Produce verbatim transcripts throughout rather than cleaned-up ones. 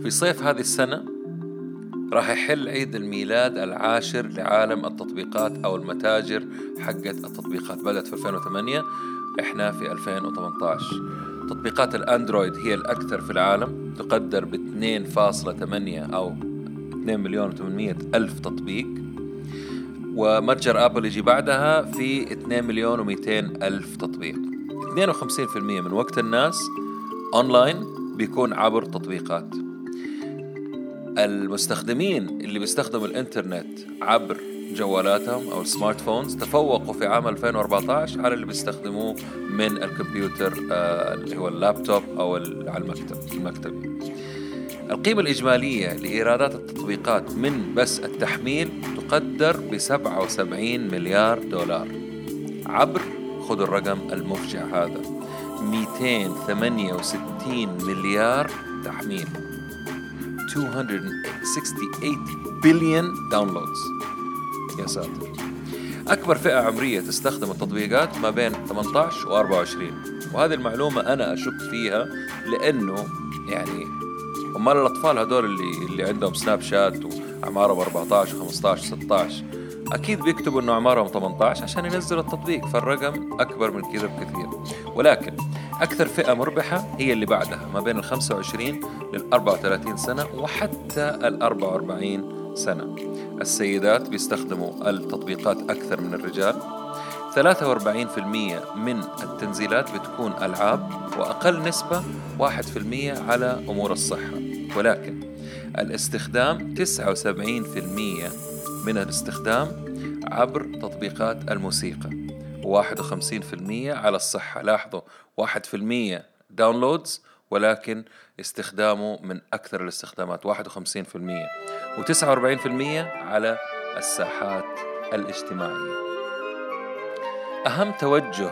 في صيف هذه السنة راح يحل عيد الميلاد العاشر لعالم التطبيقات أو المتاجر حقت التطبيقات. بدأت في ألفين وثمانية، إحنا في ألفين وثمانية عشر. تطبيقات الأندرويد هي الأكثر في العالم، تقدر ب اثنين فاصلة ثمانية أو اثنين مليون وثمانمائة ألف تطبيق، ومتجر أبل يجي بعدها في اثنين مليون ومئتين ألف تطبيق. اثنين وخمسين بالمئة من وقت الناس أونلاين بيكون عبر تطبيقات. المستخدمين اللي بيستخدموا الإنترنت عبر جوالاتهم أو السمارت فونز تفوقوا في عام ألفين وأربعة عشر على اللي بيستخدموه من الكمبيوتر آه اللي هو اللابتوب أو على المكتب المكتبي. القيمة الإجمالية لإيرادات التطبيقات من بس التحميل تقدر بسبعة وسبعين مليار دولار عبر، خذ الرقم المفجع هذا، مئتين وثمانية وستين مليار تحميل، مئتين وستة وستين بليون داونلودز. يا ساتر. أكبر فئة عمرية تستخدم التطبيقات ما بين ثمانية عشر و أربعة وعشرين، وهذه المعلومة أنا أشك فيها، لأنه يعني أمال الأطفال هدول اللي اللي عندهم سناب شات وأعمارهم أربعة عشر وخمسة عشر وستة عشر أكيد بيكتبوا إنه أعمارهم ثمانية عشر عشان ينزل التطبيق، فالرقم أكبر من كذا بكثير. ولكن أكثر فئة مربحة هي اللي بعدها ما بين الخمسة وعشرين للأربعة وثلاثين سنة وحتى الأربعة وأربعين سنة. السيدات بيستخدموا التطبيقات أكثر من الرجال. ثلاثة وأربعين بالمئة من التنزيلات بتكون ألعاب، وأقل نسبة واحد بالمئة على أمور الصحة. ولكن الاستخدام تسعة وسبعين بالمئة من الاستخدام عبر تطبيقات الموسيقى، وواحد وخمسين بالمئة على الصحة. لاحظوا، واحد بالمئة داونلودز ولكن استخدامه من أكثر الاستخدامات واحد وخمسين بالمئة، وتسعة وأربعين بالمئة على الساحات الاجتماعية. أهم توجه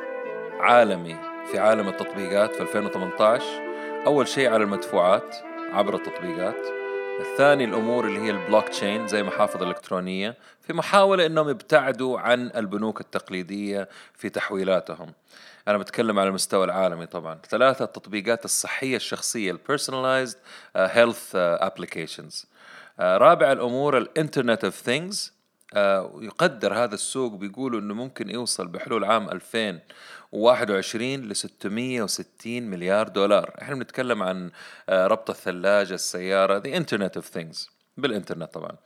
عالمي في عالم التطبيقات في ألفين وثمانية عشر، أول شيء على المدفوعات عبر التطبيقات. الثاني الأمور اللي هي البلوك تشين زي محافظ إلكترونية، في محاولة أنهم يبتعدوا عن البنوك التقليدية في تحويلاتهم. أنا بتكلم على المستوى العالمي طبعا. ثلاثة التطبيقات الصحية الشخصية ال personalized uh, health uh, applications. uh, رابع الأمور الانترنت of things. Uh, يقدر هذا السوق بيقولوا أنه ممكن يوصل بحلول عام ألفين وواحد وعشرين ل ستمئة وستين مليار دولار. احنا بنتكلم عن uh, ربط الثلاجة، السيارة، the internet of things بالإنترنت طبعا. uh,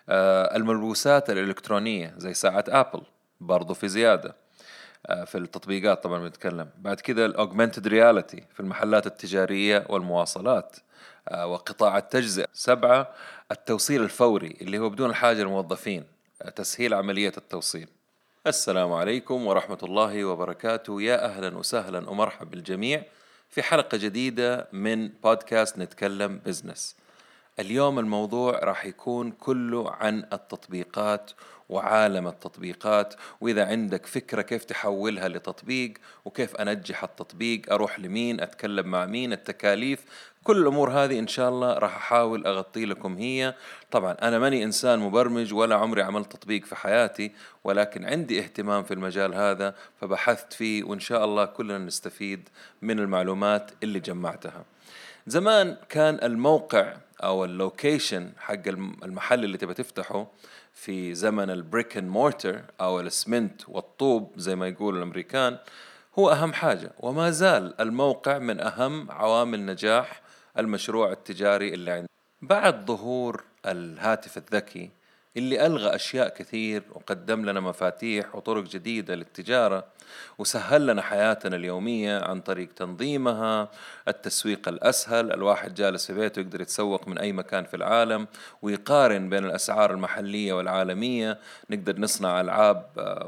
الملبوسات الإلكترونية زي ساعة أبل برضو في زيادة في التطبيقات طبعا بنتكلم. بعد كده الأوغمنتد رياليتي في المحلات التجارية والمواصلات وقطاع التجزئة. سبعة التوصيل الفوري اللي هو بدون الحاجة للموظفين، تسهيل عملية التوصيل. السلام عليكم ورحمة الله وبركاته. يا أهلا وسهلا ومرحبا بالجميع في حلقة جديدة من بودكاست نتكلم بزنس. اليوم الموضوع راح يكون كله عن التطبيقات وعالم التطبيقات، وإذا عندك فكرة كيف تحولها لتطبيق وكيف أنجح التطبيق، أروح لمين، أتكلم مع مين، التكاليف، كل الأمور هذه إن شاء الله راح أحاول أغطي لكم هي. طبعا أنا ماني إنسان مبرمج ولا عمري عملت تطبيق في حياتي، ولكن عندي اهتمام في المجال هذا فبحثت فيه، وإن شاء الله كلنا نستفيد من المعلومات اللي جمعتها. زمان كان الموقع أو اللوكيشن حق المحل اللي تبى تفتحه في زمن البريك اند مورتر أو الاسمنت والطوب زي ما يقول الأمريكان هو أهم حاجة، وما زال الموقع من أهم عوامل نجاح المشروع التجاري اللي عندنا. بعد ظهور الهاتف الذكي اللي ألغى أشياء كثير وقدم لنا مفاتيح وطرق جديدة للتجارة وسهل لنا حياتنا اليومية عن طريق تنظيمها، التسويق الأسهل، الواحد جالس في بيته يقدر يتسوق من أي مكان في العالم ويقارن بين الأسعار المحلية والعالمية، نقدر نصنع ألعاب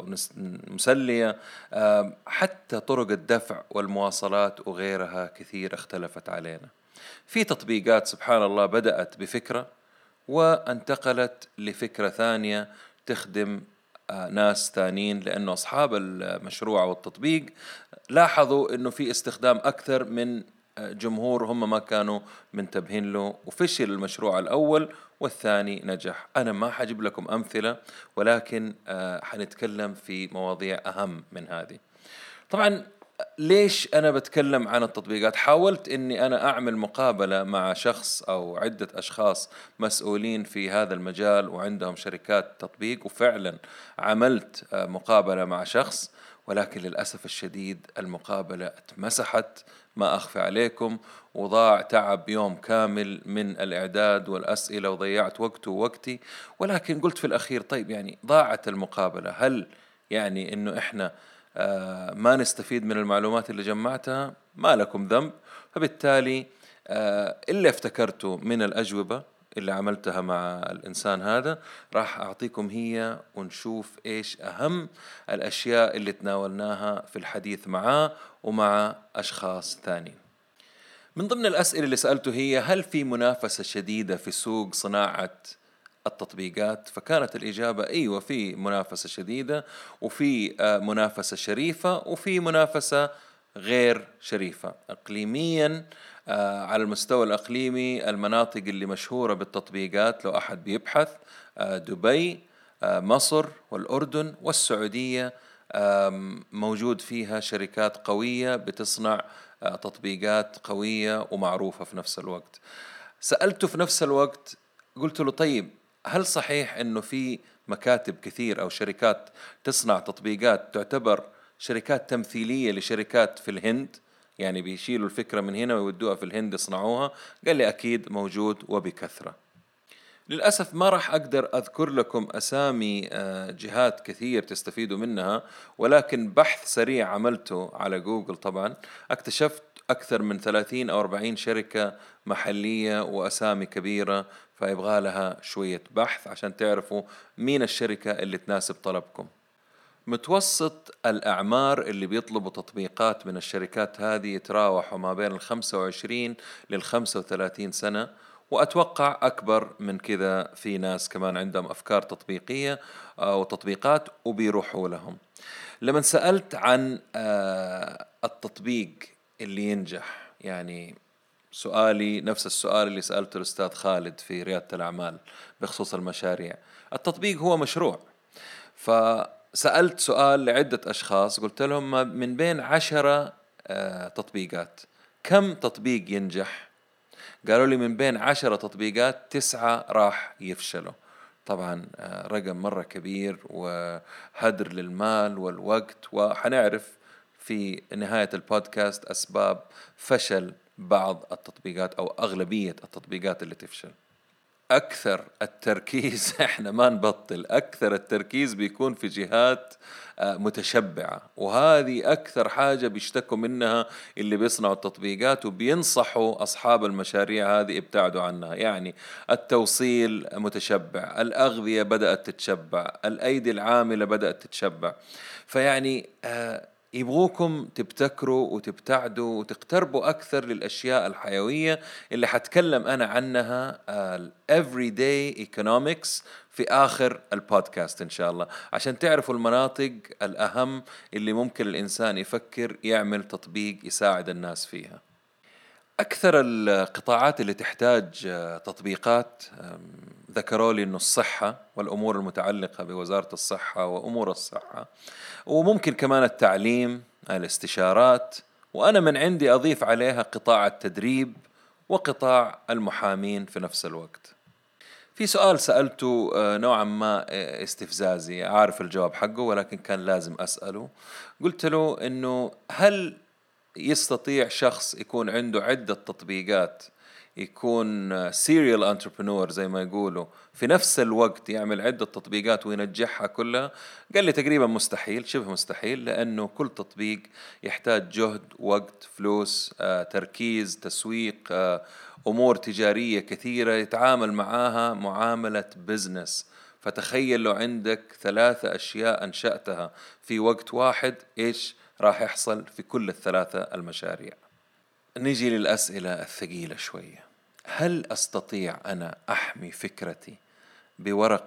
مسلية، حتى طرق الدفع والمواصلات وغيرها كثير اختلفت علينا. في تطبيقات سبحان الله بدأت بفكرة وانتقلت لفكرة ثانية تخدم ناس ثانيين، لأنه أصحاب المشروع والتطبيق لاحظوا أنه في استخدام أكثر من جمهور هم ما كانوا منتبهين له، وفشل المشروع الأول والثاني نجح. أنا ما حجيب لكم أمثلة، ولكن حنتكلم في مواضيع أهم من هذه. طبعا ليش أنا بتكلم عن التطبيقات؟ حاولت إني أنا أعمل مقابلة مع شخص أو عدة أشخاص مسؤولين في هذا المجال وعندهم شركات تطبيق، وفعلا عملت مقابلة مع شخص، ولكن للأسف الشديد المقابلة اتمسحت، ما أخفي عليكم، وضاع تعب يوم كامل من الإعداد والأسئلة، وضيعت وقته ووقتي. ولكن قلت في الأخير طيب يعني ضاعت المقابلة، هل يعني إنه إحنا آه ما نستفيد من المعلومات اللي جمعتها؟ ما لكم ذنب. فبالتالي آه اللي افتكرته من الأجوبة اللي عملتها مع الإنسان هذا راح أعطيكم هي، ونشوف إيش أهم الأشياء اللي تناولناها في الحديث معاه ومع أشخاص ثانيين. من ضمن الأسئلة اللي سألته هي: هل في منافسة شديدة في سوق صناعة التطبيقات؟ فكانت الإجابة أيوة، في منافسة شديدة، وفي منافسة شريفة، وفي منافسة غير شريفة. إقليميا على المستوى الإقليمي المناطق اللي مشهورة بالتطبيقات لو أحد بيبحث: دبي، مصر والأردن والسعودية، موجود فيها شركات قوية بتصنع تطبيقات قوية ومعروفة في نفس الوقت. سألته في نفس الوقت، قلت له طيب هل صحيح أنه في مكاتب كثير أو شركات تصنع تطبيقات تعتبر شركات تمثيلية لشركات في الهند، يعني بيشيلوا الفكرة من هنا ويودوها في الهند يصنعوها؟ قال لي أكيد موجود وبكثرة. للأسف ما راح أقدر أذكر لكم أسامي جهات كثير تستفيدوا منها، ولكن بحث سريع عملته على جوجل طبعا اكتشفت أكثر من ثلاثين أو أربعين شركة محلية وأسامي كبيرة، فيبغى لها شوية بحث عشان تعرفوا مين الشركة اللي تناسب طلبكم. متوسط الأعمار اللي بيطلبوا تطبيقات من الشركات هذه يتراوحوا ما بين الخمسة وعشرين للخمسة وثلاثين سنة، وأتوقع أكبر من كذا في ناس كمان عندهم أفكار تطبيقية وتطبيقات وبيروحوا لهم. لما سألت عن التطبيق اللي ينجح، يعني سؤالي نفس السؤال اللي سألته الأستاذ خالد في ريادة الأعمال بخصوص المشاريع. التطبيق هو مشروع، فسألت سؤال لعدة أشخاص، قلت لهم من بين عشرة تطبيقات كم تطبيق ينجح؟ قالوا لي من بين عشرة تطبيقات تسعة راح يفشلوا. طبعا رقم مرة كبير وهدر للمال والوقت، وحنعرف في نهاية البودكاست أسباب فشل بعض التطبيقات أو أغلبية التطبيقات اللي تفشل. أكثر التركيز إحنا ما نبطل، أكثر التركيز بيكون في جهات متشبعة، وهذه أكثر حاجة بيشتكوا منها اللي بيصنعوا التطبيقات، وبينصحوا أصحاب المشاريع هذه ابتعدوا عنها. يعني التوصيل متشبع، الأغذية بدأت تتشبع، الأيدي العاملة بدأت تتشبع. فيعني آه يبغوكم تبتكروا وتبتعدوا وتقتربوا أكثر للأشياء الحيوية اللي حتكلم أنا عنها ال everyday economics في آخر البودكاست إن شاء الله، عشان تعرفوا المناطق الأهم اللي ممكن الإنسان يفكر يعمل تطبيق يساعد الناس فيها. أكثر القطاعات اللي تحتاج تطبيقات ذكروا لي إنه الصحة والأمور المتعلقة بوزارة الصحة وأمور الصحة، وممكن كمان التعليم، الاستشارات، وأنا من عندي أضيف عليها قطاع التدريب وقطاع المحامين في نفس الوقت. في سؤال سألته نوعا ما استفزازي، عارف الجواب حقه ولكن كان لازم أسأله. قلت له إنه هل يستطيع شخص يكون عنده عدة تطبيقات، يكون serial entrepreneur زي ما يقولوا، في نفس الوقت يعمل عدة تطبيقات وينجحها كلها؟ قال لي تقريبا مستحيل، شبه مستحيل، لأنه كل تطبيق يحتاج جهد، وقت، فلوس، آه، تركيز، تسويق، آه، أمور تجارية كثيرة يتعامل معاها معاملة بزنس. فتخيل لو عندك ثلاثة أشياء أنشأتها في وقت واحد، إيش راح يحصل في كل الثلاثة المشاريع؟ نيجي للأسئلة الثقيلة شوية. هل أستطيع أنا أحمي فكرتي بورقة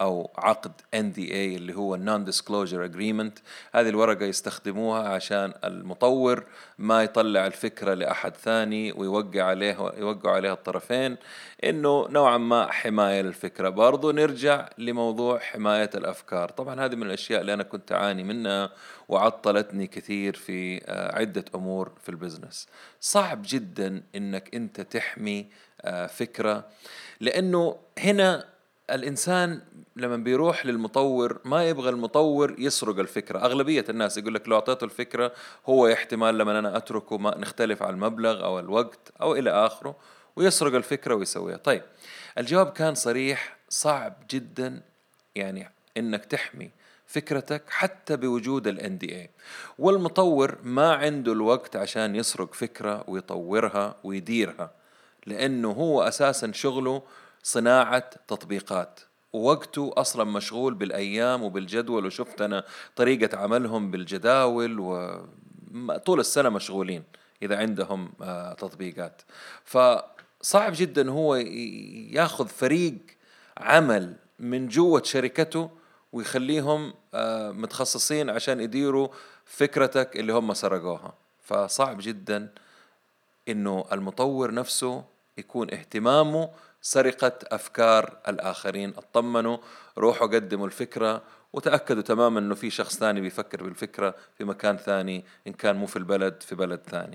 أو عقد إن دي إيه اللي هو Non Disclosure Agreement. هذه الورقة يستخدموها عشان المطور ما يطلع الفكرة لأحد ثاني ويوقع عليه يوقع عليها الطرفين، إنه نوعا ما حماية للفكرة. برضو نرجع لموضوع حماية الأفكار. طبعا هذه من الأشياء اللي أنا كنت أعاني منها وعطلتني كثير في عدة أمور في البزنس. صعب جدا إنك أنت تحمي فكرة، لأنه هنا الإنسان لما بيروح للمطور ما يبغى المطور يسرق الفكرة. أغلبية الناس يقول لك لو أعطيته الفكرة هو يحتمال لما أنا أتركه ما نختلف على المبلغ أو الوقت أو إلى آخره، ويسرق الفكرة ويسويها. طيب الجواب كان صريح، صعب جدا يعني إنك تحمي فكرتك حتى بوجود ال إن دي إيه، والمطور ما عنده الوقت عشان يسرق فكرة ويطورها ويديرها، لأنه هو أساسا شغله صناعة تطبيقات، ووقته أصلا مشغول بالأيام وبالجدول. وشفت أنا طريقة عملهم بالجداول وطول السنة مشغولين إذا عندهم تطبيقات. فصعب جدا هو ياخذ فريق عمل من جوة شركته ويخليهم متخصصين عشان يديروا فكرتك اللي هم سرقوها. فصعب جدا إنه المطور نفسه يكون اهتمامه سرقة أفكار الآخرين. اطمنوا، روحوا قدموا الفكرة وتأكدوا تماما إنه في شخص ثاني بيفكر بالفكرة في مكان ثاني، إن كان مو في البلد في بلد ثاني.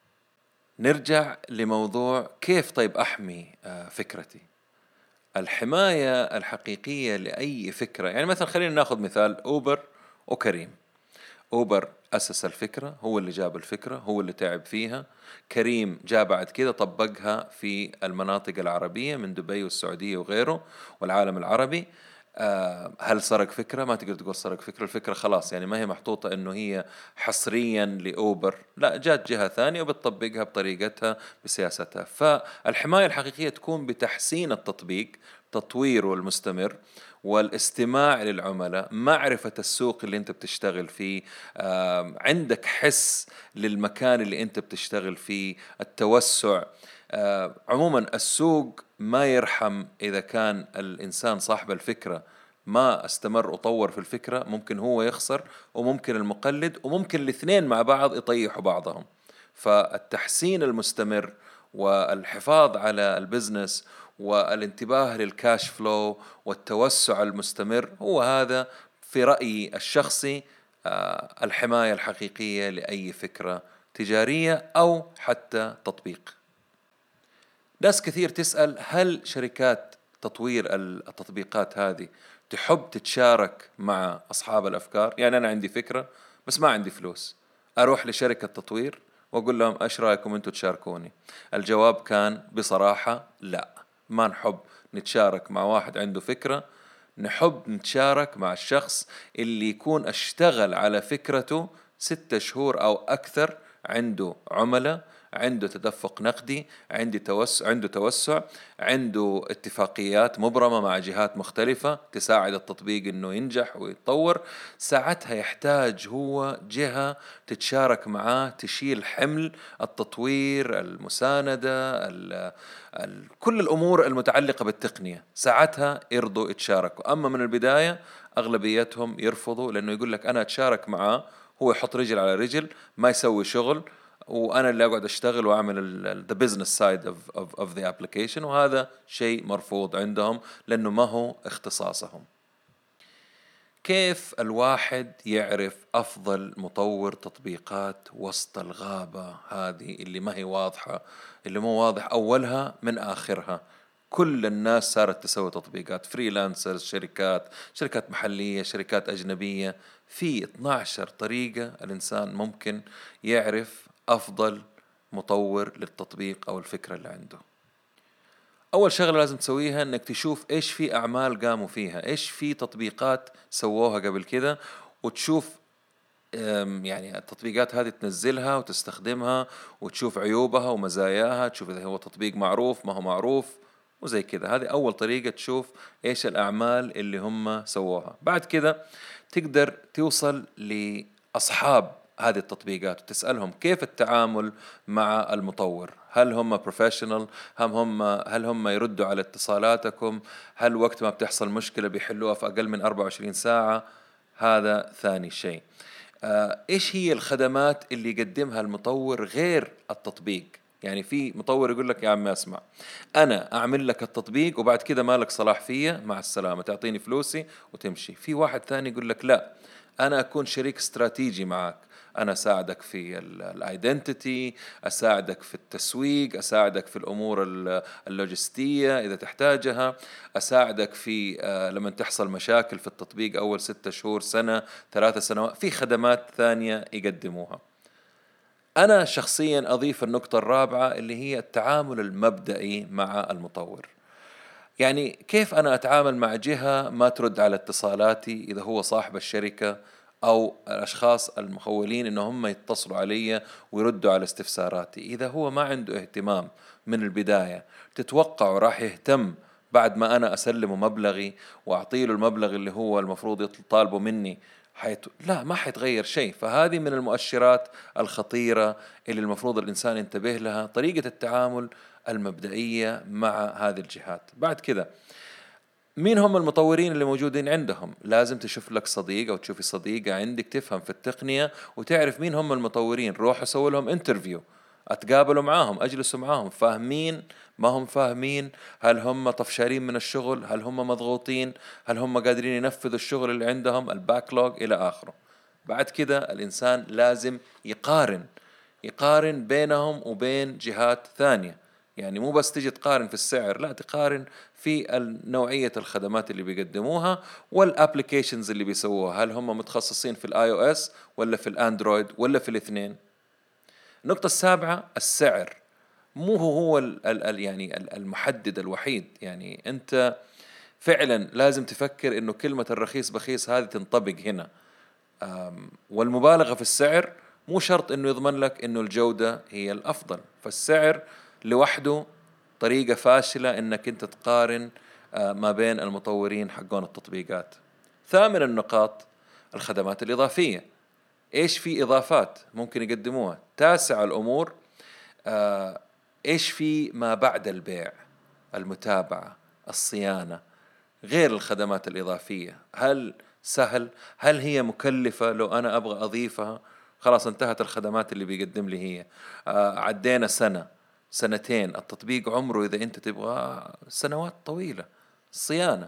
نرجع لموضوع كيف طيب أحمي فكرتي. الحماية الحقيقية لأي فكرة، يعني مثلا خلينا ناخذ مثال أوبر وكريم. أوبر أسس الفكرة، هو اللي جاب الفكرة، هو اللي تعب فيها. كريم جاء بعد كده طبقها في المناطق العربية من دبي والسعودية وغيره والعالم العربي. آه هل سرق فكرة؟ ما تقدر تقول سرق فكرة. الفكرة خلاص يعني ما هي محطوطة إنه هي حصريا لأوبر، لا، جات جهة ثانية وبتطبقها بطريقتها بسياستها. فالحماية الحقيقية تكون بتحسين التطبيق، تطويره المستمر، والاستماع للعملاء، معرفة السوق اللي انت بتشتغل فيه، عندك حس للمكان اللي انت بتشتغل فيه، التوسع. عموما السوق ما يرحم. إذا كان الإنسان صاحب الفكرة ما استمر وطور في الفكرة، ممكن هو يخسر وممكن المقلد وممكن الاثنين مع بعض يطيحوا بعضهم. فالتحسين المستمر والحفاظ على البزنس والانتباه للكاش فلو والتوسع المستمر هو هذا في رأيي الشخصي الحماية الحقيقية لأي فكرة تجارية أو حتى تطبيق. ناس كثير تسأل هل شركات تطوير التطبيقات هذه تحب تتشارك مع أصحاب الأفكار؟ يعني أنا عندي فكرة بس ما عندي فلوس، أروح لشركة تطوير وأقول لهم إيش رأيكم أنتوا تشاركوني؟ الجواب كان بصراحة لا، ما نحب نتشارك مع واحد عنده فكرة. نحب نتشارك مع الشخص اللي يكون اشتغل على فكرته ستة شهور أو أكثر، عنده عملاء، عنده تدفق نقدي، عنده توسع عنده توسع عنده اتفاقيات مبرمة مع جهات مختلفة تساعد التطبيق إنه ينجح ويتطور. ساعتها يحتاج هو جهة تتشارك معاه، تشيل حمل التطوير، المساندة، ال ال كل الأمور المتعلقة بالتقنية. ساعتها يرضوا يتشاركوا. أما من البداية أغلبيتهم يرفضوا، لأنه يقول لك أنا أتشارك معاه، هو يحط رجل على رجل ما يسوي شغل، وأنا اللي أقعد أشتغل وأعمل ال the business side of, of, of the application. وهذا شيء مرفوض عندهم لأنه ما هو اختصاصهم. كيف الواحد يعرف أفضل مطور تطبيقات وسط الغابة هذه اللي ما هي واضحة، اللي مو واضح أولها من آخرها؟ كل الناس صارت تسوي تطبيقات، فريلانسرز، شركات شركات محلية، شركات أجنبية. في اثنا عشر طريقة الإنسان ممكن يعرف أفضل مطور للتطبيق أو الفكرة اللي عنده. أول شغلة لازم تسويها إنك تشوف إيش في أعمال قاموا فيها، إيش في تطبيقات سووها قبل كده، وتشوف يعني التطبيقات هذه تنزلها وتستخدمها وتشوف عيوبها ومزاياها، تشوف إذا هو تطبيق معروف ما هو معروف وزي كده. هذه أول طريقة تشوف إيش الأعمال اللي هم سووها. بعد كده تقدر توصل لأصحاب هذه التطبيقات وتسألهم كيف التعامل مع المطور. هل هم بروفيشنال؟ هم هم هل هم يردوا على اتصالاتكم؟ هل وقت ما بتحصل مشكلة بيحلوها في أقل من أربعة وعشرين ساعة؟ هذا ثاني شيء. آه، إيش هي الخدمات اللي يقدمها المطور غير التطبيق؟ يعني في مطور يقول لك يا عم اسمع، أنا أعمل لك التطبيق وبعد كده مالك صلاح فيا، مع السلامة، تعطيني فلوسي وتمشي. في واحد ثاني يقول لك لا، أنا أكون شريك استراتيجي معك، أنا أساعدك في الايدنتيتي، أساعدك في التسويق، أساعدك في الأمور اللوجستية إذا تحتاجها، أساعدك في آه، لما تحصل مشاكل في التطبيق أول ستة شهور، سنة، ثلاثة سنوات، في خدمات ثانية يقدموها. أنا شخصيا أضيف النقطة الرابعة اللي هي التعامل المبدئي مع المطور. يعني كيف أنا أتعامل مع جهة ما ترد على اتصالاتي، إذا هو صاحب الشركة أو الأشخاص المخولين إنه هم يتصلوا علي ويردوا على استفساراتي، إذا هو ما عنده اهتمام من البداية، تتوقعوا راح يهتم بعد ما أنا أسلمه مبلغي وأعطيله المبلغ اللي هو المفروض يطالبه مني؟ حيت... لا، ما حيتغير شيء. فهذه من المؤشرات الخطيرة اللي المفروض الإنسان ينتبه لها، طريقة التعامل المبدئية مع هذه الجهات. بعد كذا مين هم المطورين اللي موجودين عندهم؟ لازم تشوف لك صديق أو تشوفي صديقة عندك تفهم في التقنية وتعرف مين هم المطورين، روح سوي لهم انترفيو، أتقابلوا معاهم، أجلسوا معاهم، فاهمين ما هم فاهمين، هل هم طفشارين من الشغل، هل هم مضغوطين، هل هم قادرين ينفذوا الشغل اللي عندهم، الباكلوج إلى آخره. بعد كده الإنسان لازم يقارن يقارن بينهم وبين جهات ثانية. يعني مو بس تيجي تقارن في السعر، لا، تقارن في نوعية الخدمات اللي بيقدموها والابليكيشنز اللي بيسووها، هل هم متخصصين في الاي او اس ولا في الاندرويد ولا في الاثنين. النقطة السابعة السعر، مو هو ال ال يعني المحدد الوحيد. يعني أنت فعلا لازم تفكر إنه كلمة الرخيص بخيس هذه تنطبق هنا، والمبالغة في السعر مو شرط إنه يضمن لك إنه الجودة هي الأفضل. فالسعر لوحده طريقة فاشلة إنك أنت تقارن ما بين المطورين حقون التطبيقات. ثامن النقاط الخدمات الإضافية، إيش في إضافات ممكن يقدموها. تاسع الأمور إيش في ما بعد البيع، المتابعة، الصيانة، غير الخدمات الإضافية. هل سهل؟ هل هي مكلفة؟ لو أنا أبغى أضيفها خلاص انتهت الخدمات اللي بيقدم لي هي. آه عدينا سنة، سنتين، التطبيق عمره إذا أنت تبغى سنوات طويلة. الصيانة.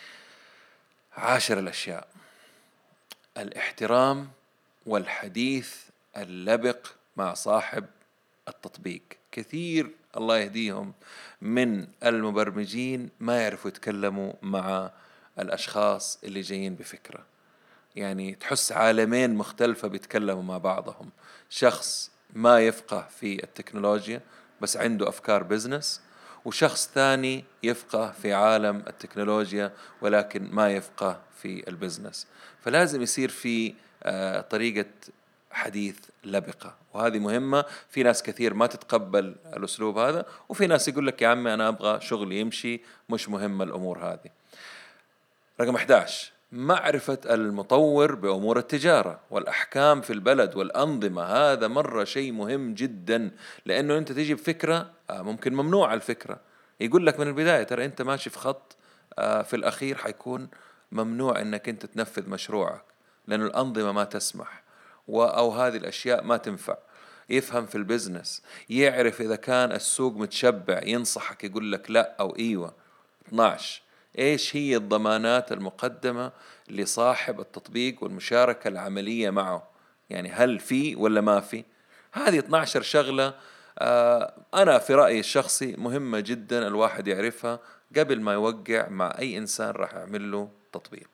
عاشر الأشياء الاحترام والحديث اللبق مع صاحب التطبيق. كثير الله يهديهم من المبرمجين ما يعرفوا يتكلموا مع الأشخاص اللي جايين بفكرة. يعني تحس عالمين مختلفة بيتكلموا مع بعضهم، شخص ما يفقه في التكنولوجيا بس عنده أفكار بزنس، وشخص ثاني يفقه في عالم التكنولوجيا ولكن ما يفقه في البزنس. فلازم يصير في آه طريقة حديث لبقة، وهذه مهمة. في ناس كثير ما تتقبل الأسلوب هذا، وفي ناس يقول لك يا عمي أنا أبغى شغل يمشي، مش مهمة الأمور هذه. رقم أحد عشر معرفة المطور بأمور التجارة والأحكام في البلد والأنظمة. هذا مرة شيء مهم جدا، لأنه أنت تيجي بفكرة ممكن ممنوع الفكرة، يقول لك من البداية ترى أنت ماشي في خط في الأخير حيكون ممنوع أنك أنت تنفذ مشروعك لأن الأنظمة ما تسمح، أو هذه الأشياء ما تنفع. يفهم في البزنس، يعرف إذا كان السوق متشبع ينصحك يقول لك لا أو إيوة. اثناشر إيش هي الضمانات المقدمة لصاحب التطبيق والمشاركة العملية معه، يعني هل في ولا ما في. هذه اثناشر شغلة آه أنا في رأيي الشخصي مهمة جدا الواحد يعرفها قبل ما يوقع مع أي إنسان راح يعمل له تطبيق.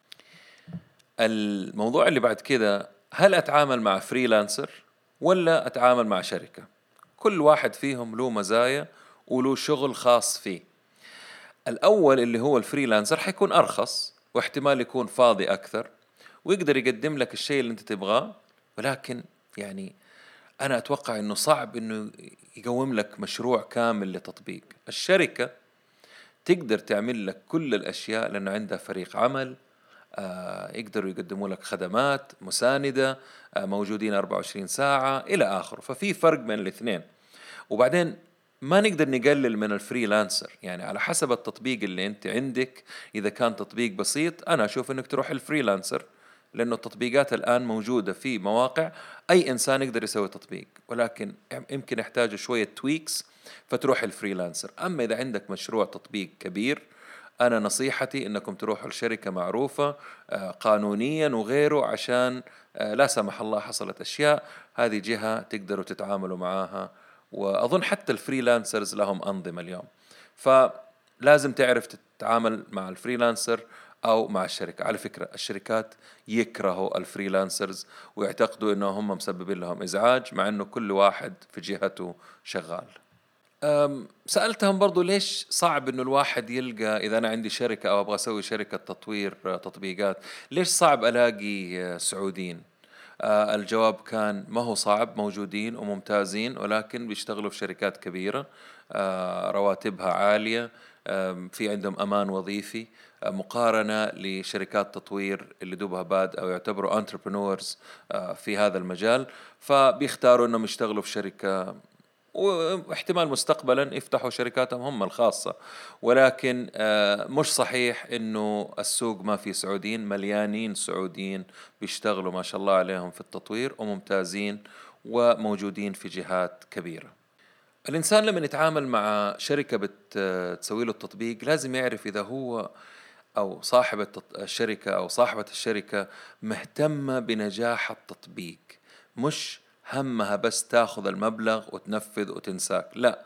الموضوع اللي بعد كده، هل أتعامل مع فريلانسر ولا أتعامل مع شركة؟ كل واحد فيهم له مزايا وله شغل خاص فيه. الأول اللي هو الفريلانسر حيكون أرخص واحتمال يكون فاضي أكثر ويقدر يقدم لك الشيء اللي أنت تبغاه، ولكن يعني أنا أتوقع أنه صعب أنه يقوم لك مشروع كامل لتطبيق. الشركة تقدر تعمل لك كل الأشياء لأنه عندها فريق عمل، يقدروا يقدموا لك خدمات مساندة، موجودين أربعة وعشرين ساعة إلى آخره. ففي فرق بين الاثنين. وبعدين ما نقدر نقلل من الفريلانسر، يعني على حسب التطبيق اللي انت عندك. إذا كان تطبيق بسيط أنا أشوف أنك تروح الفريلانسر، لأنه التطبيقات الآن موجودة في مواقع أي إنسان يقدر يسوي تطبيق، ولكن يمكن يحتاج شوية تويكس فتروح الفريلانسر. أما إذا عندك مشروع تطبيق كبير، أنا نصيحتي أنكم تروحوا لشركة معروفة قانونيا وغيره، عشان لا سمح الله حصلت أشياء، هذه جهة تقدروا تتعاملوا معاها. وأظن حتى الفريلانسرز لهم أنظمة اليوم، فلازم تعرف تتعامل مع الفريلانسر أو مع الشركة. على فكرة الشركات يكرهوا الفريلانسرز ويعتقدوا أنهم هم مسببين لهم إزعاج، مع أنه كل واحد في جهته شغال. سألتهم برضو ليش صعب إنه الواحد يلقى، إذا أنا عندي شركة أو أبغى أسوي شركة تطوير تطبيقات، ليش صعب ألاقي سعوديين؟ آه الجواب كان ما هو صعب، موجودين وممتازين، ولكن بيشتغلوا في شركات كبيرة، آه رواتبها عالية، آه في عندهم أمان وظيفي، آه مقارنة لشركات تطوير اللي دوبها باد أو يعتبروا entrepreneurs آه في هذا المجال، فبيختاروا إنهم يشتغلوا في شركة، واحتمال مستقبلا يفتحوا شركاتهم هم الخاصة. ولكن مش صحيح إنه السوق ما في سعوديين، مليانين سعوديين بيشتغلوا ما شاء الله عليهم في التطوير وممتازين وموجودين في جهات كبيرة. الإنسان لما يتعامل مع شركة بتسوي له التطبيق لازم يعرف إذا هو أو صاحب الشركة أو صاحبة الشركة مهتمة بنجاح التطبيق، مش همها بس تاخذ المبلغ وتنفذ وتنساك. لا،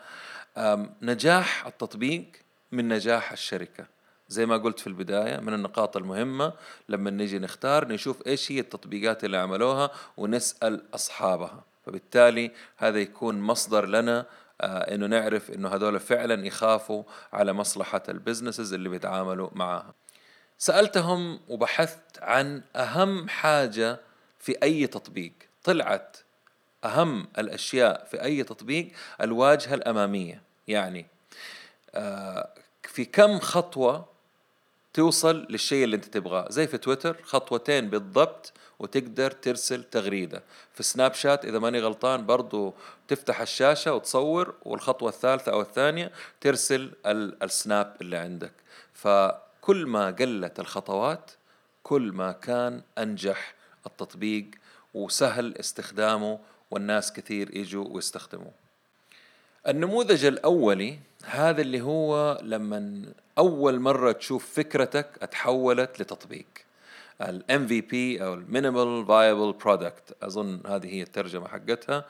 نجاح التطبيق من نجاح الشركة. زي ما قلت في البداية، من النقاط المهمة لما نيجي نختار نشوف إيش هي التطبيقات اللي عملوها ونسأل أصحابها، فبالتالي هذا يكون مصدر لنا آه إنه نعرف إنه هذول فعلا يخافوا على مصلحة البزنسز اللي بيتعاملوا معها. سألتهم وبحثت عن أهم حاجة في أي تطبيق، طلعت أهم الأشياء في أي تطبيق الواجهة الأمامية. يعني آه في كم خطوة توصل للشيء اللي أنت تبغاه. زي في تويتر خطوتين بالضبط وتقدر ترسل تغريدة. في سناب شات إذا ماني غلطان برضو تفتح الشاشة وتصور، والخطوة الثالثة أو الثانية ترسل السناب اللي عندك. فكل ما قلت الخطوات كل ما كان أنجح التطبيق وسهل استخدامه والناس كثير يجوا ويستخدموه. النموذج الأولي هذا اللي هو لما أول مرة تشوف فكرتك اتحولت لتطبيق، ال إم في بي أو ال Minimal Viable Product، أظن هذه هي الترجمة حقتها.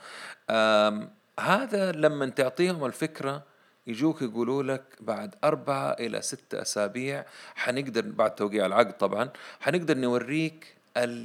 هذا لما تعطيهم الفكرة يجوك يقولوا لك بعد أربعة إلى ستة أسابيع حنقدر، بعد توقيع العقد طبعا، حنقدر نوريك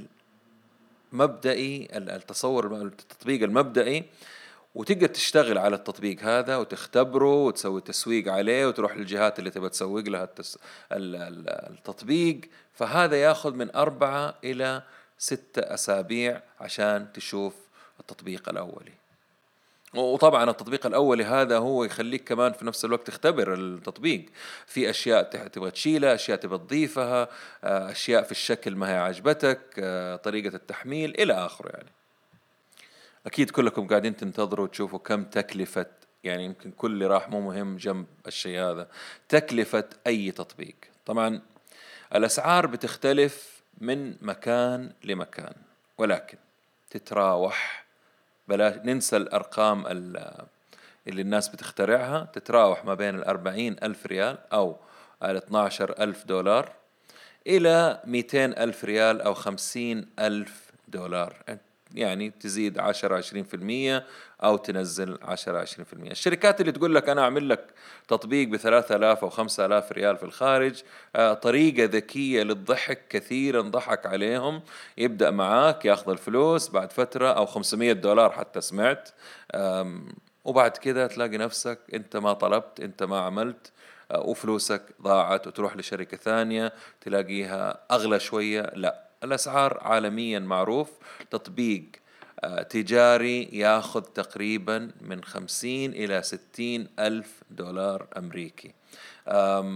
المبدئي التصور التطبيق المبدئي، وتقدر تشتغل على التطبيق هذا وتختبره وتسوي تسويق عليه وتروح للجهات اللي تبغى تسوق لها التس... التطبيق. فهذا ياخذ من أربعة إلى ستة أسابيع عشان تشوف التطبيق الأولي. وطبعا التطبيق الأولي هذا هو يخليك كمان في نفس الوقت تختبر التطبيق في أشياء تبغى تشيلها، أشياء تبغى تضيفها، أشياء في الشكل ما هي عجبتك، طريقة التحميل إلى آخره. يعني أكيد كلكم قاعدين تنتظروا تشوفوا كم تكلفة، يعني يمكن كل اللي راح مو مهم جنب الشيء هذا، تكلفة أي تطبيق. طبعا الأسعار بتختلف من مكان لمكان، ولكن تتراوح، بلا ننسى الأرقام اللي الناس بتخترعها، تتراوح ما بين الأربعين ألف ريال أو الاثنى عشر ألف دولار إلى مئتين ألف ريال أو خمسين ألف دولار، يعني تزيد عشرة عشرين في المية أو تنزل عشرة عشرين في المية. الشركات اللي تقول لك أنا أعمل لك تطبيق بثلاثة آلاف أو خمسة آلاف ريال في الخارج، آه طريقة ذكية للضحك، كثيرا ضحك عليهم، يبدأ معاك يأخذ الفلوس بعد فترة أو خمسمية دولار حتى سمعت، وبعد كده تلاقي نفسك أنت ما طلبت، أنت ما عملت، آه وفلوسك ضاعت وتروح لشركة ثانية تلاقيها أغلى شوية. لا، الأسعار عالميا معروف، تطبيق تجاري ياخذ تقريبا من خمسين إلى ستين ألف دولار أمريكي.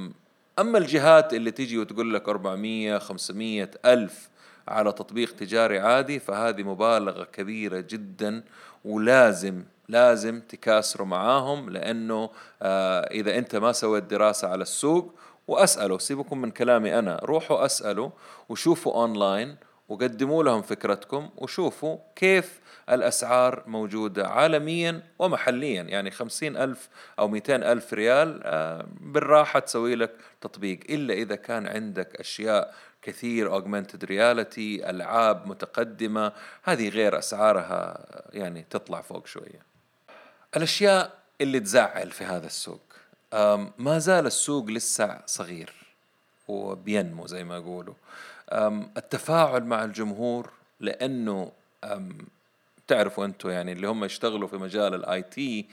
أما الجهات اللي تيجي وتقول لك أربعمية خمسمية ألف على تطبيق تجاري عادي، فهذه مبالغة كبيرة جدا، ولازم لازم تكاسروا معاهم، لأنه آه إذا أنت ما سويت دراسة على السوق، وأسألوا، سيبكم من كلامي أنا، روحوا أسألوا وشوفوا أونلاين وقدموا لهم فكرتكم وشوفوا كيف الأسعار موجودة عالميا ومحليا. يعني خمسين ألف أو مئتين ألف ريال آه بالراحة تسوي لك تطبيق، إلا إذا كان عندك أشياء كثير augmented reality، ألعاب متقدمة، هذه غير أسعارها يعني تطلع فوق شوية. الأشياء اللي تزعل في هذا السوق، ما زال السوق لسه صغير وبينمو زي ما يقولوا. التفاعل مع الجمهور، لأنه تعرفوا أنتوا يعني اللي هم يشتغلوا في مجال الاي تي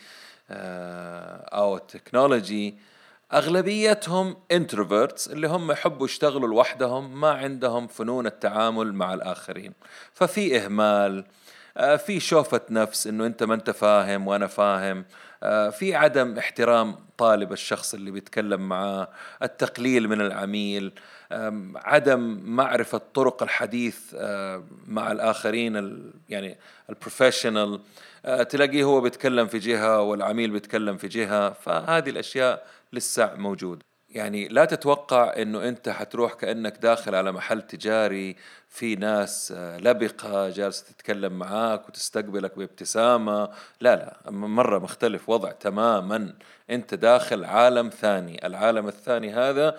أو التكنولوجي، أغلبيتهم introverts اللي هم يحبوا يشتغلوا لوحدهم، ما عندهم فنون التعامل مع الآخرين، ففي إهمال، في شوفة نفس إنه أنت ما أنت فاهم وأنا فاهم، في عدم احترام طالب الشخص اللي بيتكلم معاه، التقليل من العميل، عدم معرفة طرق الحديث مع الآخرين، يعني البروفيشنال، تلاقيه هو بيتكلم في جهة والعميل بيتكلم في جهة، فهذه الأشياء لسه موجود. يعني لا تتوقع إنه أنت حتروح كأنك داخل على محل تجاري في ناس لبقة جالسة تتكلم معاك وتستقبلك بابتسامة، لا لا، مرة مختلف، وضع تماما. أنت داخل عالم ثاني، العالم الثاني هذا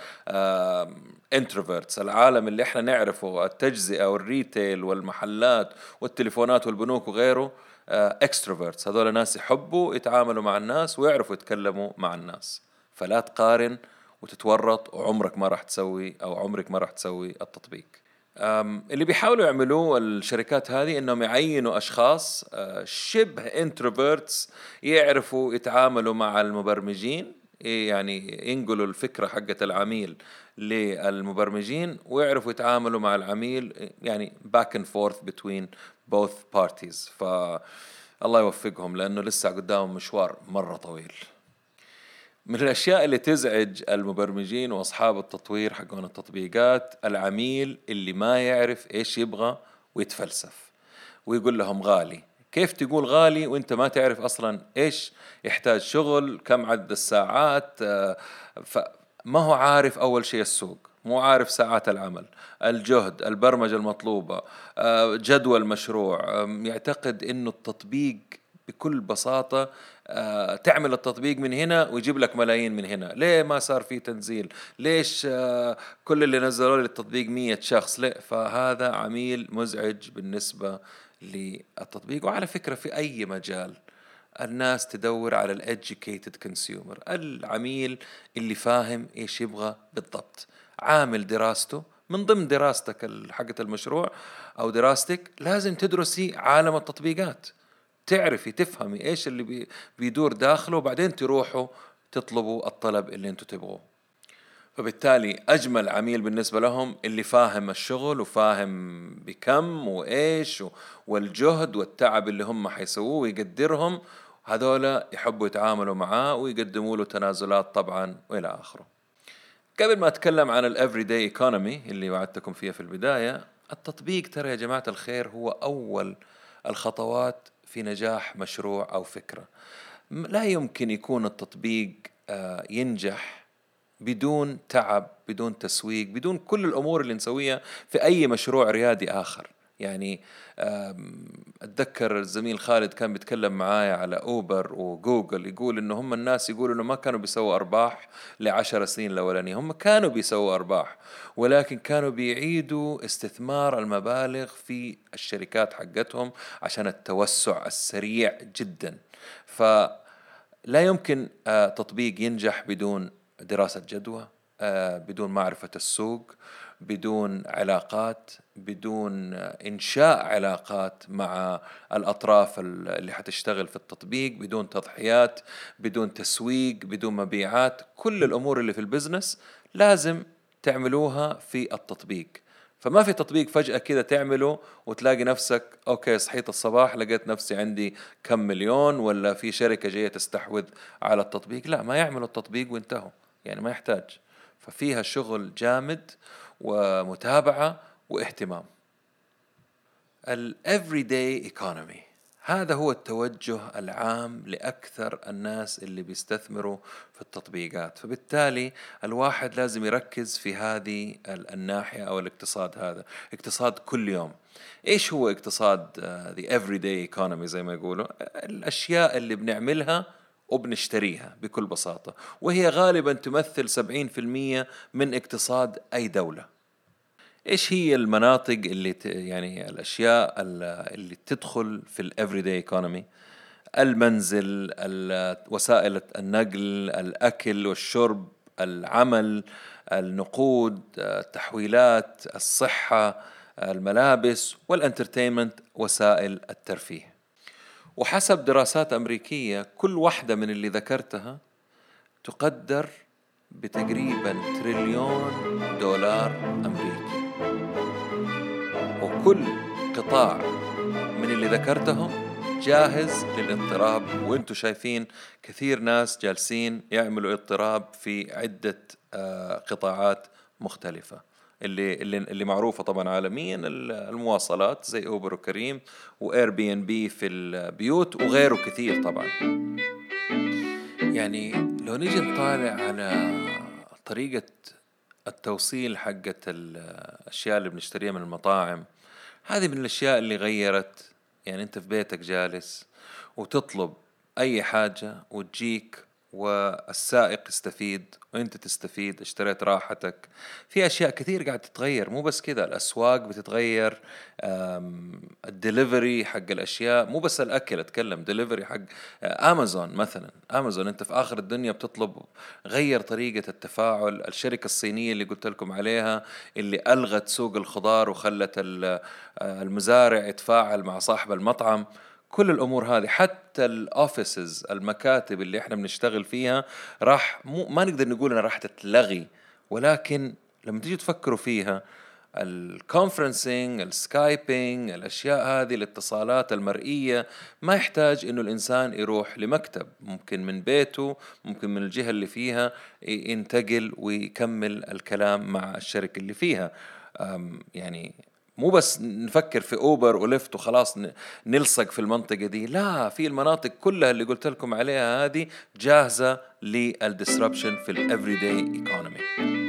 انتروفيرتس، العالم اللي احنا نعرفه، التجزئة والريتيل والمحلات والتليفونات والبنوك وغيره، اكستروفيرتس، هذول ناس يحبوا يتعاملوا مع الناس ويعرفوا يتكلموا مع الناس. فلا تقارن وتتورط، وعمرك ما راح تسوي أو عمرك ما راح تسوي التطبيق. اللي بيحاولوا يعملوه الشركات هذه إنهم يعينوا أشخاص شبه انتروفيرتس يعرفوا يتعاملوا مع المبرمجين، يعني ينقلوا الفكرة حقة العميل للمبرمجين ويعرفوا يتعاملوا مع العميل، يعني back and forth between both parties. فالله يوفقهم، لأنه لسه قدامهم مشوار مرة طويل. من الأشياء اللي تزعج المبرمجين وأصحاب التطوير حقون التطبيقات، العميل اللي ما يعرف إيش يبغى ويتفلسف ويقول لهم غالي. كيف تقول غالي وإنت ما تعرف أصلا إيش يحتاج شغل، كم عدد الساعات؟ فما هو عارف أول شيء السوق، مو عارف ساعات العمل، الجهد، البرمجة المطلوبة، جدول المشروع. يعتقد إنه التطبيق بكل بساطة تعمل التطبيق من هنا ويجيب لك ملايين من هنا. ليه ما صار فيه تنزيل؟ ليش كل اللي نزلوا لي التطبيق مية شخص؟ ليه؟ فهذا عميل مزعج بالنسبة للتطبيق. وعلى فكرة في أي مجال الناس تدور على الeducated consumer، العميل اللي فاهم إيش يبغى بالضبط، عامل دراسته. من ضمن دراستك حقة المشروع أو دراستك لازم تدرسي عالم التطبيقات، تعرفي تفهمي إيش اللي بيدور داخله، وبعدين تروحوا تطلبوا الطلب اللي انتوا تبغوه. فبالتالي أجمل عميل بالنسبة لهم اللي فاهم الشغل وفاهم بكم وإيش والجهد والتعب اللي هم حيسووه ويقدرهم. هذولا يحبوا يتعاملوا معاه ويقدموا له تنازلات طبعا وإلى آخره. قبل ما أتكلم عن الافريداي ايكونومي اللي وعدتكم فيها في البداية، التطبيق ترى يا جماعة الخير هو أول الخطوات في نجاح مشروع أو فكرة. لا يمكن يكون التطبيق ينجح بدون تعب، بدون تسويق، بدون كل الأمور اللي نسويها في أي مشروع ريادي آخر. يعني أتذكر الزميل خالد كان بيتكلم معايا على أوبر وجوجل، يقول إنه هم الناس يقولوا إنه ما كانوا بيسووا أرباح لعشر سنين الأولانية. هم كانوا بيسووا أرباح، ولكن كانوا بيعيدوا استثمار المبالغ في الشركات حقتهم عشان التوسع السريع جدا. فلا يمكن تطبيق ينجح بدون دراسة جدوى، بدون معرفة السوق، بدون علاقات، بدون إنشاء علاقات مع الأطراف اللي حتشتغل في التطبيق، بدون تضحيات، بدون تسويق، بدون مبيعات. كل الأمور اللي في البزنس لازم تعملوها في التطبيق. فما في تطبيق فجأة كده تعمله وتلاقي نفسك أوكي صحيت الصباح لقيت نفسي عندي كم مليون، ولا في شركة جاية تستحوذ على التطبيق. لا، ما يعملوا التطبيق وانتهوا، يعني ما يحتاج. ففيها شغل جامد ومتابعة واهتمام. ال everyday economy هذا هو التوجه العام لأكثر الناس اللي بيستثمروا في التطبيقات، فبالتالي الواحد لازم يركز في هذه الناحية أو الاقتصاد هذا، اقتصاد كل يوم. إيش هو اقتصاد the everyday economy زي ما يقولوا؟ الأشياء اللي بنعملها وبنشتريها بكل بساطة، وهي غالبا تمثل سبعين في المية من اقتصاد أي دولة. إيش هي المناطق اللي ت... يعني الأشياء اللي تدخل في ال everyday economy؟ المنزل، وسائل النقل، الأكل والشرب، العمل، النقود، التحويلات، الصحة، الملابس، والانترتينمنت، وسائل الترفيه. وحسب دراسات أمريكية كل واحدة من اللي ذكرتها تقدر بتقريبا تريليون دولار أمريكي، وكل قطاع من اللي ذكرتهم جاهز للاضطراب. وانتم شايفين كثير ناس جالسين يعملوا اضطراب في عدة قطاعات مختلفة اللي اللي اللي معروفة طبعا عالميا، المواصلات زي أوبر وكريم وإير بي إن بي في البيوت وغيره كثير طبعا. يعني لو نيجي نطالع على طريقة التوصيل حقة الأشياء اللي بنشتريها من المطاعم، هذه من الأشياء اللي غيرت. يعني أنت في بيتك جالس وتطلب أي حاجة وتجيك، والسائق يستفيد وأنت تستفيد، اشتريت راحتك. في أشياء كثير قاعد تتغير، مو بس كذا، الأسواق بتتغير، الدليفري حق الأشياء، مو بس الأكل، أتكلم دليفري حق أمازون مثلا. أمازون أنت في آخر الدنيا بتطلب، غير طريقة التفاعل. الشركة الصينية اللي قلت لكم عليها اللي ألغت سوق الخضار وخلت المزارع يتفاعل مع صاحب المطعم، كل الأمور هذه. حتى الأوفيسز، المكاتب اللي إحنا بنشتغل فيها، راح مو ما نقدر نقول إنها راح تتلغي، ولكن لما تيجي تفكروا فيها، الكونفرنسينج، السكايبينج، الأشياء هذه، الاتصالات المرئية، ما يحتاج إنه الإنسان يروح لمكتب، ممكن من بيته، ممكن من الجهة اللي فيها ينتقل ويكمل الكلام مع الشركة اللي فيها. يعني مو بس نفكر في أوبر وليفت وخلاص نلصق في المنطقة دي، لا، في المناطق كلها اللي قلت لكم عليها هذه جاهزة للديسربشن في الافريداي ايكونومي.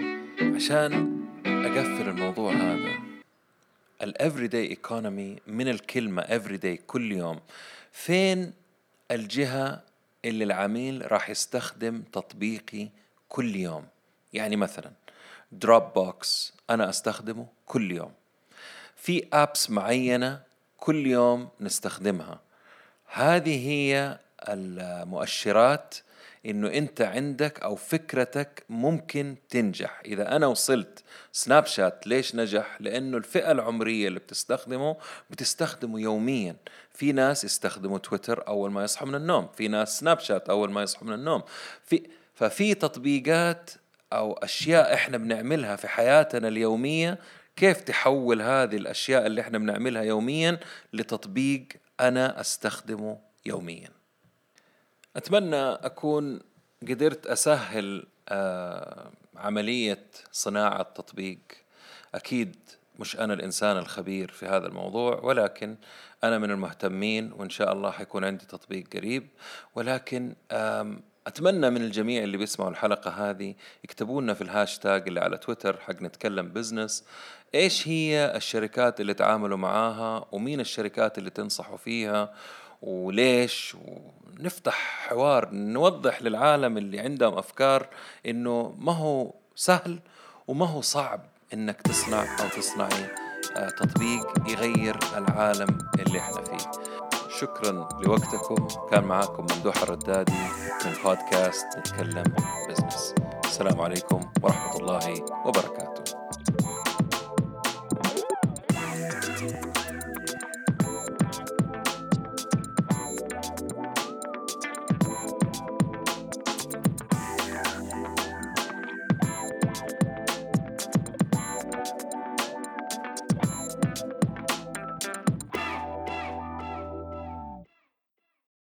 عشان أقفل الموضوع هذا، الافريداي ايكونومي من الكلمة everyday كل يوم، فين الجهة اللي العميل راح يستخدم تطبيقي كل يوم؟ يعني مثلا دروب بوكس أنا أستخدمه كل يوم، في أبس معينة كل يوم نستخدمها. هذه هي المؤشرات إنه أنت عندك أو فكرتك ممكن تنجح. إذا أنا وصلت سناب شات، ليش نجح؟ لأنه الفئة العمرية اللي بتستخدمه بتستخدمه يوميا. في ناس يستخدموا تويتر أول ما يصحوا من النوم، في ناس سناب شات أول ما يصحوا من النوم، في ففي تطبيقات أو أشياء إحنا بنعملها في حياتنا اليومية، كيف تحول هذه الأشياء اللي إحنا بنعملها يوميا لتطبيق أنا أستخدمه يوميا. أتمنى أكون قدرت أسهل آه عملية صناعة تطبيق. أكيد مش أنا الإنسان الخبير في هذا الموضوع، ولكن أنا من المهتمين، وإن شاء الله حيكون عندي تطبيق قريب. ولكن أتمنى من الجميع اللي بيسمعوا الحلقة هذه يكتبوا لنا في الهاشتاج اللي على تويتر حق نتكلم بزنس، إيش هي الشركات اللي تعاملوا معاها، ومين الشركات اللي تنصحوا فيها، وليش. ونفتح حوار نوضح للعالم اللي عندهم أفكار إنه ما هو سهل وما هو صعب إنك تصنع أو تصنعي تطبيق يغير العالم اللي احنا فيه. شكرا لوقتكم. كان معاكم ممدوح الردادي من بودكاست نتكلم بزنس. السلام عليكم ورحمة الله وبركاته.